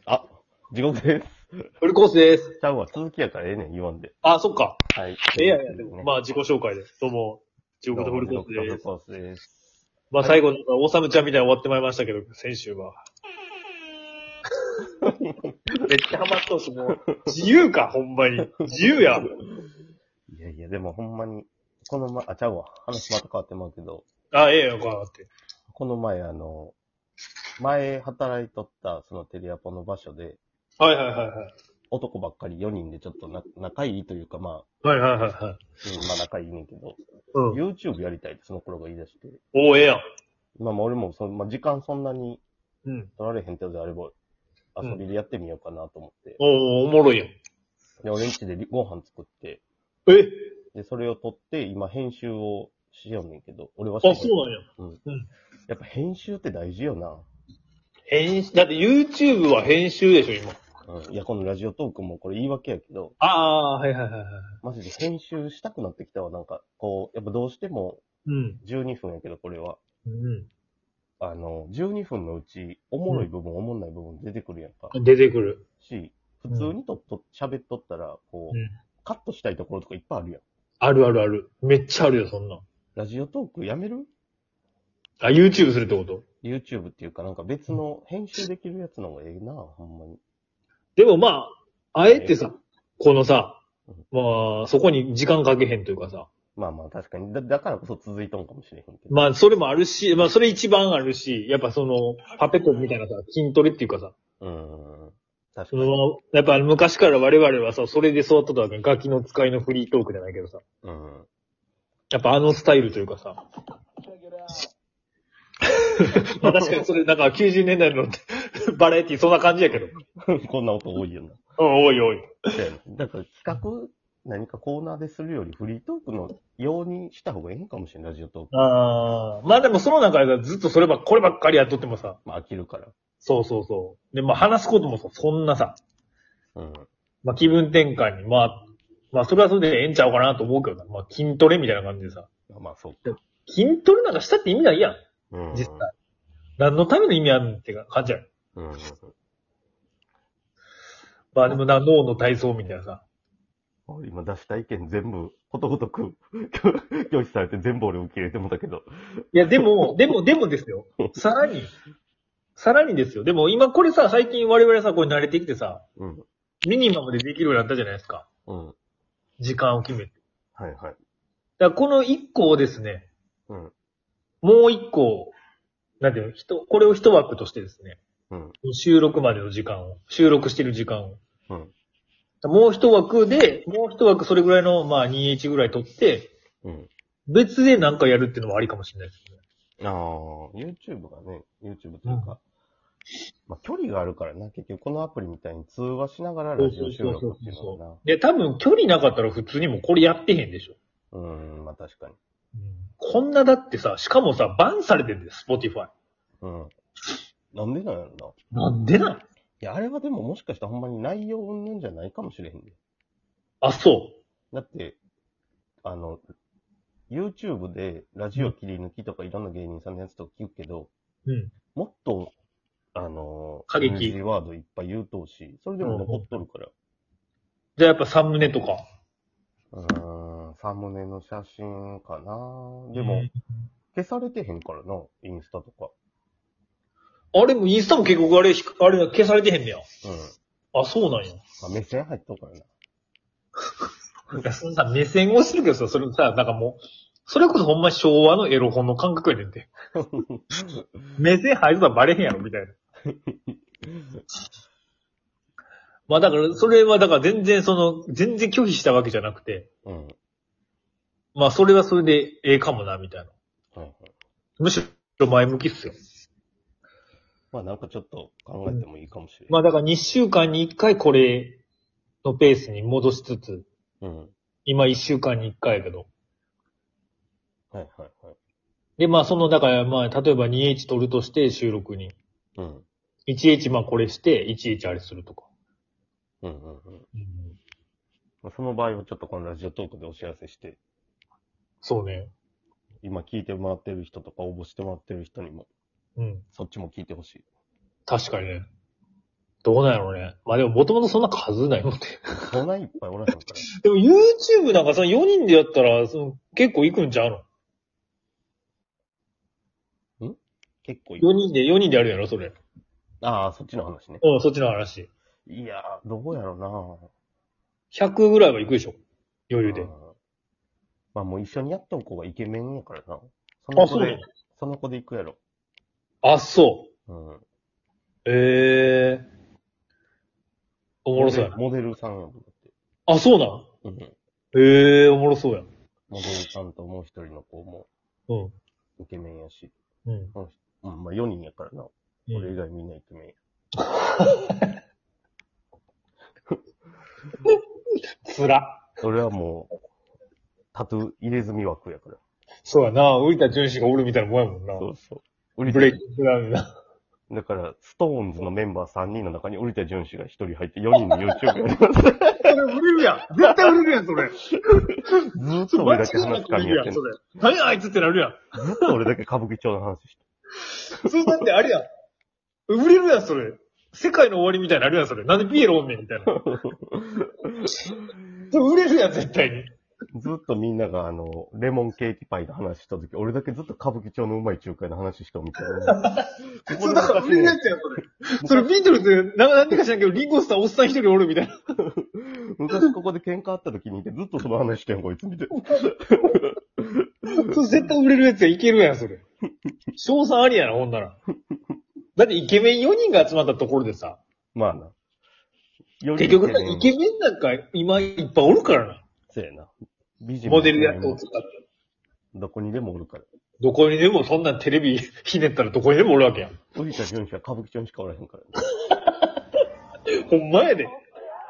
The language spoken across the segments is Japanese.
あ、地獄です。 フルコースです。 ちゃうわ、続きやからええねん、言わんで。 あ、そっか。 はい。 いやいや、でも、まあ自己紹介です。どうも、地獄とフルどうも、地コースです。 獄とフルコースです。 まあはい最後、オサムちゃんみたいに終わってまいりましたけど、先週は。めっちゃハマっとうし、もう、自由か、ほんまに。自由や。 いやいや、でもほんまに、このあ、ちゃうわ。話また変わってまうけど、 あ、ええよ、こうやって。 この前前働いとった、そのテレアポの場所で、 はいはいはいはい。 男ばっかり4人でちょっと仲いいというか、 はいはいはいはい。 まあ仲いいねんけど、 うん。 YouTube やりたいってその頃が言い出して、 おー、ええやん。 俺も時間そんなにうん。 取られへんってのであれば、遊びでやってみようかなと思って、 おー、おもろいやん。 で、俺ん家でご飯作って、 えで、それを撮って、今編集をしようねんけど、俺はあ、 しそうなんや。 うん。 うん。 やっぱ編集って大事よな。 だって YouTube は編集でしょ、今。 うん。いや、このラジオトークもこれ言い訳やけど、 ああ、はいはいはいはい。 マジで編集したくなってきたわ。なんか、やっぱどうしてもうん。 12分やけど、これは。 う 12分のうち、おもろい部分、おもんない部分出てくるやんか。 ん。出てくる。 し、普通に喋っとったら、 うん。 カットしたいところとかいっぱいあるやん。 あるあるある。めっちゃあるよ、そんなん。 ラジオトークやめる？ あ、YouTube するってこと？ YouTube っていうかなんか別の編集できるやつの方がええな、ほんまに。 でもまあ、あえてさ、このさ、まあ、そこに時間かけへんというかさ、 まあまあ確かに。だからこそ続いとんかもしれへんけど。 まあ、それもあるし、まあ、それ一番あるし、やっぱその、パペコみたいなさ、筋トレっていうかさ、 確かに。 その、やっぱ昔から我々はさ、それで育ったわけ、ガキの使いのフリートークじゃないけどさ、やっぱあのスタイルというかさ、まあ確かにそれ、なんか90年代のバラエティそんな感じやけど。 こんな音多いよな。 おいおい。 そうやね。だから企画、何かコーナーでするよりフリートークのようにした方がいいんかもしれん、ラジオトーク。 ああ、まあでもその中でずっとこればっかりやっとってもさ、 まあ飽きるから。 そうそうそう。で、まあ話すこともさ、そんなさ、 うん。 まあ気分転換に、まあそれはそれでええんちゃうかなと思うけどな。まあ筋トレみたいな感じでさ。 まあそうか。 筋トレなんかしたって意味ないやん。 うん。 実際。何のための意味あるんって感じやん。 うん。 まあでも脳の体操みたいなさ。 今出した意見全部、ことごとく拒否されて全部俺受け入れてもだけど。 いやでもですよ。さらにですよ。でも今これさ、最近我々さ、これ慣れてきてさ、 うん。 ミニマムでできるようになったじゃないですか。 うん。 時間を決めて。 はいはい。 だからこの1個をですね、 うん。 もう1個、なんていうの、これを一枠としてですね、 うん。 収録までの時間を、収録してる時間を。 うん。 もう一枠それぐらいの、まあ 2H ぐらい取って、 うん。 別でなんかやるっていうのもありかもしれないですね。 ああ、YouTube がね、YouTube というか、まあ距離があるからな、結局このアプリみたいに通話しながらラジオ収録っていうのがな。 で、多分距離なかったら普通にもこれやってへんでしょ。 まあ確かに。 こんなだってさ、しかもさ、バンされてるんです、Spotify。 うん。なんでなんやろな。 なんでなん？ いや、あれはでももしかしたらほんまに内容云々じゃないかもしれへんで。 あ、そだって、YouTube でラジオ切り抜きとかいろんな芸人さんのやつとか聞くけど、 う。うん。 もっと、 過激 NG ワードいっぱい言うとうし、それでも残っとるから。 じゃあやっぱサムネとか。 サムネの写真かな。でも、消されてへんからな、インスタとか。 あれもインスタも結局あれ消されてへんねや。あ、そうなんや。 目線入っとるからな。 いや、そんな目線をしてるけどさ、それさ、なんかもう、それこそほんま昭和のエロ本の感覚やねんて。目線入るとはバレへんやろ、みたいな。まあだから、それはだから全然全然拒否したわけじゃなくて、まあそれはそれでええかもな、みたいな。むしろ前向きっすよ。 まあなんかちょっと考えてもいいかもしれない。 まあだから2週間に1回これのペースに戻しつつ、今1週間に1回やけど。で、まあだからまあ例えば 2H 取るとして収録に。1H まあこれして、1H あれするとか。 その場合はちょっとこのラジオトークでお知らせして。 そうね。 今聞いてもらってる人とか応募してもらってる人にも、そっちも聞いてほしい。 確かにね。 どうなんやろうね。まあでももともとそんな数ないもんね。 そんないっぱいおらへんから。 でも YouTube なんかその4人でやったら、結構行くんちゃうの？ 結構いい。 4人でやるやろ、それ。 ああ、そっちの話ね。 うん、そっちの話。 いやー、どうやろな。 100ぐらいは行くでしょ。余裕で。 まあもう一緒にやっとん子がイケメンやからな。 あ、そうなの？ その子で行くやろ。 あ、そうん。 う。おもろそうやな。 モデルさんやもんだって。 あ、そうなん？ うん。 おもろそうやん。 モデルさんともう一人の子もうん。 イケメンやし。 うん。 うん、まあ4人やからな。 うん俺以外みんなイケメンや。 つら。 俺はもう、タトゥー入れ墨枠やから。 そうやな。浮田淳史がおるみたいなもんやもんな。 そうそう。 ブレイキングダウンな。 だから、ストーンズのメンバー3人の中に織田淳史が1人入って4人の YouTube やります。 それ売れるやん。絶対売れるやん、それ。 ずーっと俺だけ話す紙やってんの。 何あいつってなるやん。 ずっと俺だけ歌舞伎町の話して。 そうだってあれやん。売れるやん、それ。世界の終わりみたいになるやん、それ。なんでピエロおんねん、みたいな。売れるやん、絶対に。 ずっとみんながレモンケーキパイの話したとき、俺だけずっと歌舞伎町のうまい中華の話しか見てない。 そうだから売れるやつやん、それ。それビートルズ、なんでか知らんけど、リンゴスターおっさん一人おるみたいな。 昔ここで喧嘩あったときにいて、ずっとその話してん、こいつ見て。 それ絶対売れるやつや、いけるやん、それ。賞賛ありやな、ほんなら。だってイケメン4人が集まったところでさ。 まあな。 結局さ、イケメンなんか今いっぱいおるからな。 そうやな。美人モデルやっと使って。 どこにでもおるから。 どこにでもそんなテレビひねったらどこにでもおるわけやん。 織田淳史は歌舞伎町にしかおらへんから、 ね。ほんまやで。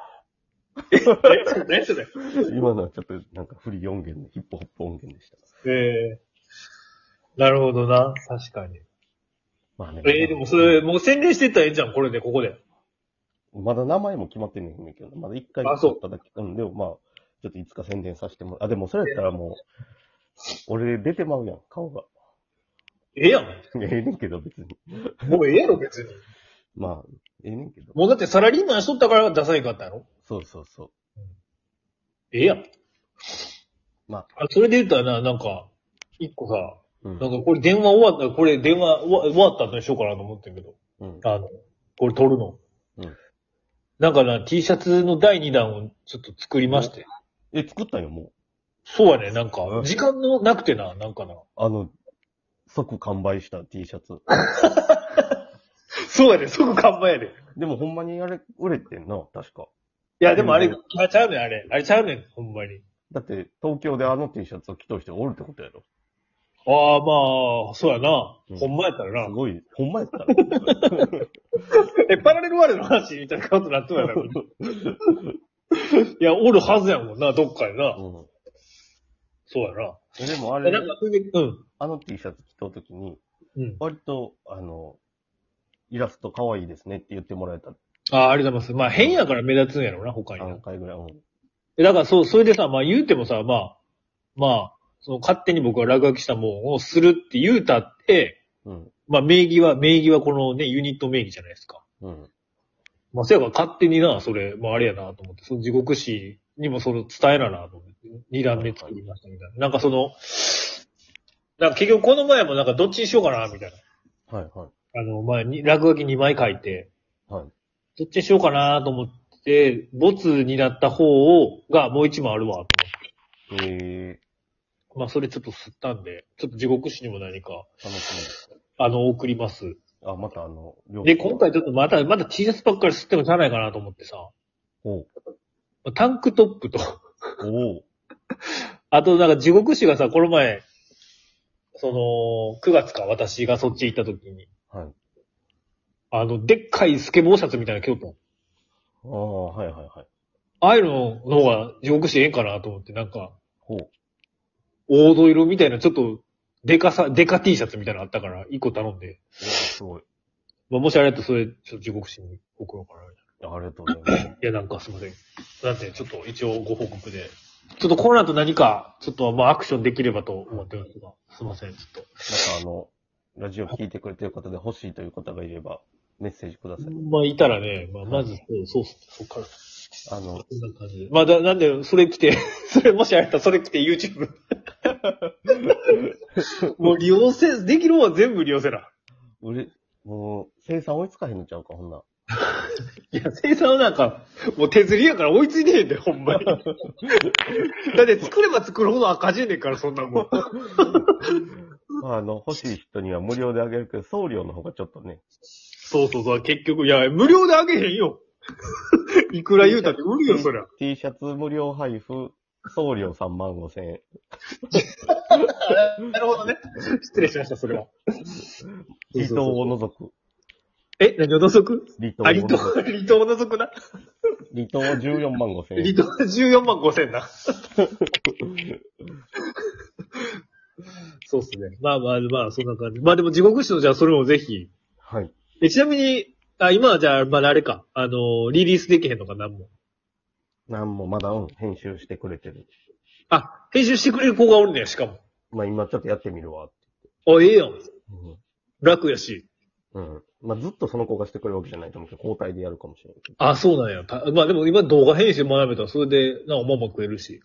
何それ今のはちょっとなんかフリー音源でヒップホップ音源でした。 なるほどな。確かに。 まあね。 でもそれ、もう宣伝してったらええじゃん、これで、ここで。 まだ名前も決まってんねんけど、まだ一回あ、そう。 っただけ。うん、でもまあ、ちょっといつか宣伝させてもらう。あ、でもそれやったらもう、俺出てまうやん、顔が。 ええやん。 ええねんけど別に。 もうええやろ、別に。 まあ、ええねんけど。 もうだってサラリーマンしとったからダサいかったやろ。 そうそうそう。 ええやん。 まあ、それで言ったらな、なんか、一個さ、 うん。 なんかこれ電話終わった、これ電話終わった後にしようかなと思ってんけど、 うん。 これ撮るの。 うん。 なんかな、T シャツの第2弾をちょっと作りまして。 作ったんよ、もそうやね、なんか、時間のなくてな、なんかな。 う。即完売した T シャツ。 そうやで、即完売やで。 でもほんまにあれ、売れてんな、確か。 いや、でもあれ、ちゃうねん、あれ。あれちゃうねん、ほんまに。 だって、東京であの T シャツを着とる人がおるってことやろ。 ああ、まあ、そうやな。 うんほんまやったらな。 すごい、ほんまやったら。 パラレルワールドの話みたいなことなってたやな。いや、おるはずやもんな、どっかでな。 うん。 そうやな。 でもあれ、 なんか、それで、 あの T シャツ着とうときに、 うん。 割と、イラスト可愛いですねって言ってもらえたありがとうございます。まあ、変やから目立つんやろな、他にな。 3回ぐらい。うん。 だから、そう、それでさ、まあ言うてもさ、まあ、その勝手に僕は落書きしたもんをするって言うたって、 うん。 まあ名義はこのね、ユニット名義じゃないですか。 うん。 まあ、そやから勝手にな、それ、もうあれやなと思って、その地獄師にもその伝えななと思って、二段目作りましたみたいな。なんかその、なんか結局この前もなんかどっちにしようかな、みたいな。 はいはい。 前に落書き2枚書いて、 はい。 どっちにしようかなと思って、ボツになった方がもう1枚あるわ、と思って。まあそれちょっと吸ったんで、ちょっと地獄師にも何か、 楽しみです。 送ります。 またで、今回ちょっとまた T シャツばっかり吸ってもしゃあないかなと思ってさ。タンクトップと。あとなんか地獄師がさ、この前、9月か私がそっち行った時に。 はい。 でっかいスケボーシャツみたいなの着とった。 はいはいはい。 ああいうのの方が地獄師ええんかなと思って、なんか、 黄土色みたいなちょっとデカ T シャツみたいなのあったから、1個頼んで。 すごい。 まあ、もしあれだとそれ、ちょっと地獄師に送ろうかな。 ありがとうございます。 いや、なんかすいません。なんで、ちょっと一応ご報告で。ちょっとこの後何か、ちょっとまあアクションできればと思ってますが、すいません、ちょっと。 ラジオ聞いてくれてる方で欲しいという方がいれば、 メッセージください。 まあ、いたらね、まあ、まず、そうっすね、そっから。 こんな感じで。まあ、なんで、それ来て、それもしあれたらそれ来て YouTube。もう利用せ、できるもんは全部利用せな。 もう、生産追いつかへんのちゃうか、ほんな。 いや、生産はなんか、もう手釣りやから追いついてへんで、ほんまに。だって作れば作るほど赤字やねんから、そんなもん。 まあ、欲しい人には無料であげるけど、送料の方がちょっとね。 そう、結局、いや、無料であげへんよ。いくら言うたって無理よ、そりゃ。 T シャツ無料配布、送料35,000円。 なるほどね。失礼しました、それは。 離島を除く。 何を除く？ 離島を除く。 離島を除くな。 離島は14万5千円。 離島は14万5千な。そうっすね。まあ、そんな感じ。まあでも地獄師のじゃあそれもぜひ。 はい。 ちなみに、今はじゃあ、まだあれか。リリースできへんのか、なんも。 まだ、編集してくれてる。 編集してくれる子がおるねしかも。 まあ今ちょっとやってみるわ。 ええやん。楽やし。 まあずっとその子がしてくれるわけじゃないと思うけど、交代でやるかもしれないけど。 そうなんや。まあでも今動画編集学べたらそれで、おまま食えるし。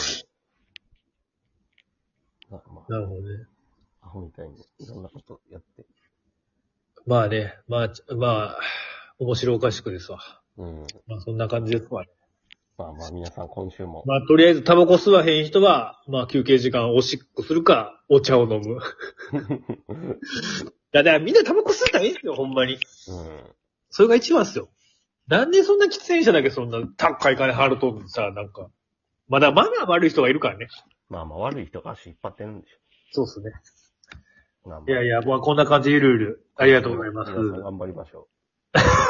なるほどね。 アホみたいにいろんなことやって。 まあね、まあ、面白おかしくですわ。まあそんな感じですわね。 まあ皆さん今週も。 まあとりあえずタバコ吸わへん人は、まあ休憩時間おしっこするか、お茶を飲む。だからみんなタバコ吸ったらいいんですよ、ほんまに。それが一番ですよ。なんでそんな喫煙者だけそんな高い金払うとんさ、なんか。まだマナー悪い人がいるからね。 まあ悪い人が足引っ張ってるんでしょ。 そうっすね。いや、まあこんな感じでゆるゆる。ありがとうございます。 皆さん頑張りましょう。